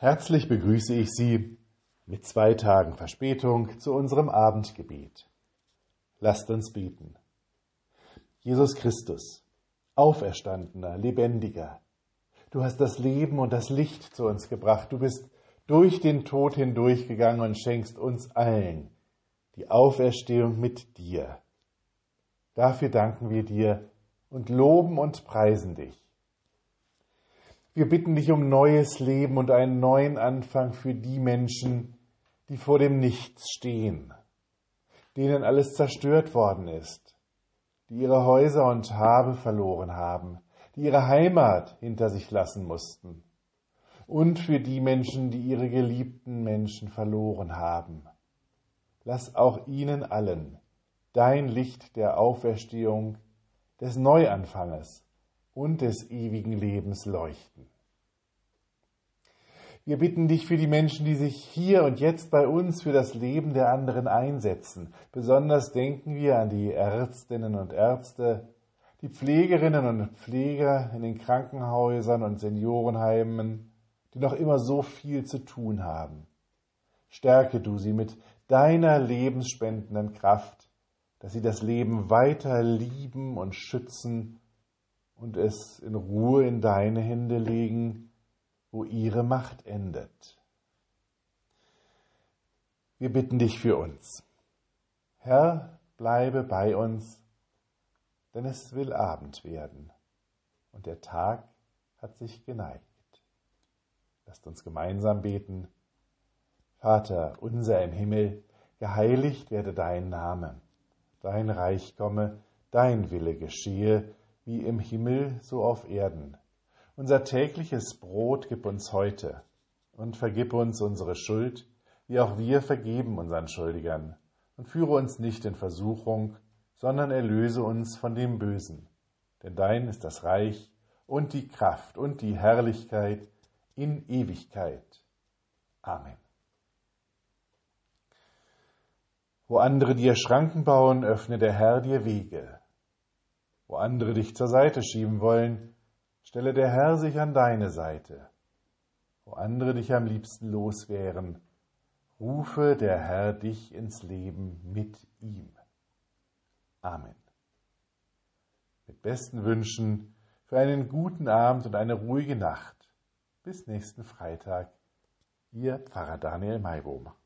Herzlich begrüße ich Sie mit 2 Tagen Verspätung zu unserem Abendgebet. Lasst uns beten. Jesus Christus, auferstandener, lebendiger, du hast das Leben und das Licht zu uns gebracht. Du bist durch den Tod hindurchgegangen und schenkst uns allen die Auferstehung mit dir. Dafür danken wir dir und loben und preisen dich. Wir bitten dich um neues Leben und einen neuen Anfang für die Menschen, die vor dem Nichts stehen, denen alles zerstört worden ist, die ihre Häuser und Habe verloren haben, die ihre Heimat hinter sich lassen mussten, und für die Menschen, die ihre geliebten Menschen verloren haben. Lass auch ihnen allen dein Licht der Auferstehung, des Neuanfanges und des ewigen Lebens leuchten. Wir bitten dich für die Menschen, die sich hier und jetzt bei uns für das Leben der anderen einsetzen. Besonders denken wir an die Ärztinnen und Ärzte, die Pflegerinnen und Pfleger in den Krankenhäusern und Seniorenheimen, die noch immer so viel zu tun haben. Stärke du sie mit deiner lebensspendenden Kraft, dass sie das Leben weiter lieben und schützen und es in Ruhe in deine Hände legen, wo ihre Macht endet. Wir bitten dich für uns. Herr, bleibe bei uns, denn es will Abend werden und der Tag hat sich geneigt. Lasst uns gemeinsam beten. Vater unser im Himmel, geheiligt werde dein Name. Dein Reich komme, dein Wille geschehe, wie im Himmel, so auf Erden. Unser tägliches Brot gib uns heute und vergib uns unsere Schuld, wie auch wir vergeben unseren Schuldigern. Und führe uns nicht in Versuchung, sondern erlöse uns von dem Bösen. Denn dein ist das Reich und die Kraft und die Herrlichkeit in Ewigkeit. Amen. Wo andere dir Schranken bauen, öffne der Herr dir Wege. Wo andere dich zur Seite schieben wollen, stelle der Herr sich an deine Seite. Wo andere dich am liebsten loswehren, rufe der Herr dich ins Leben mit ihm. Amen. Mit besten Wünschen für einen guten Abend und eine ruhige Nacht. Bis nächsten Freitag, Ihr Pfarrer Daniel Maibohm.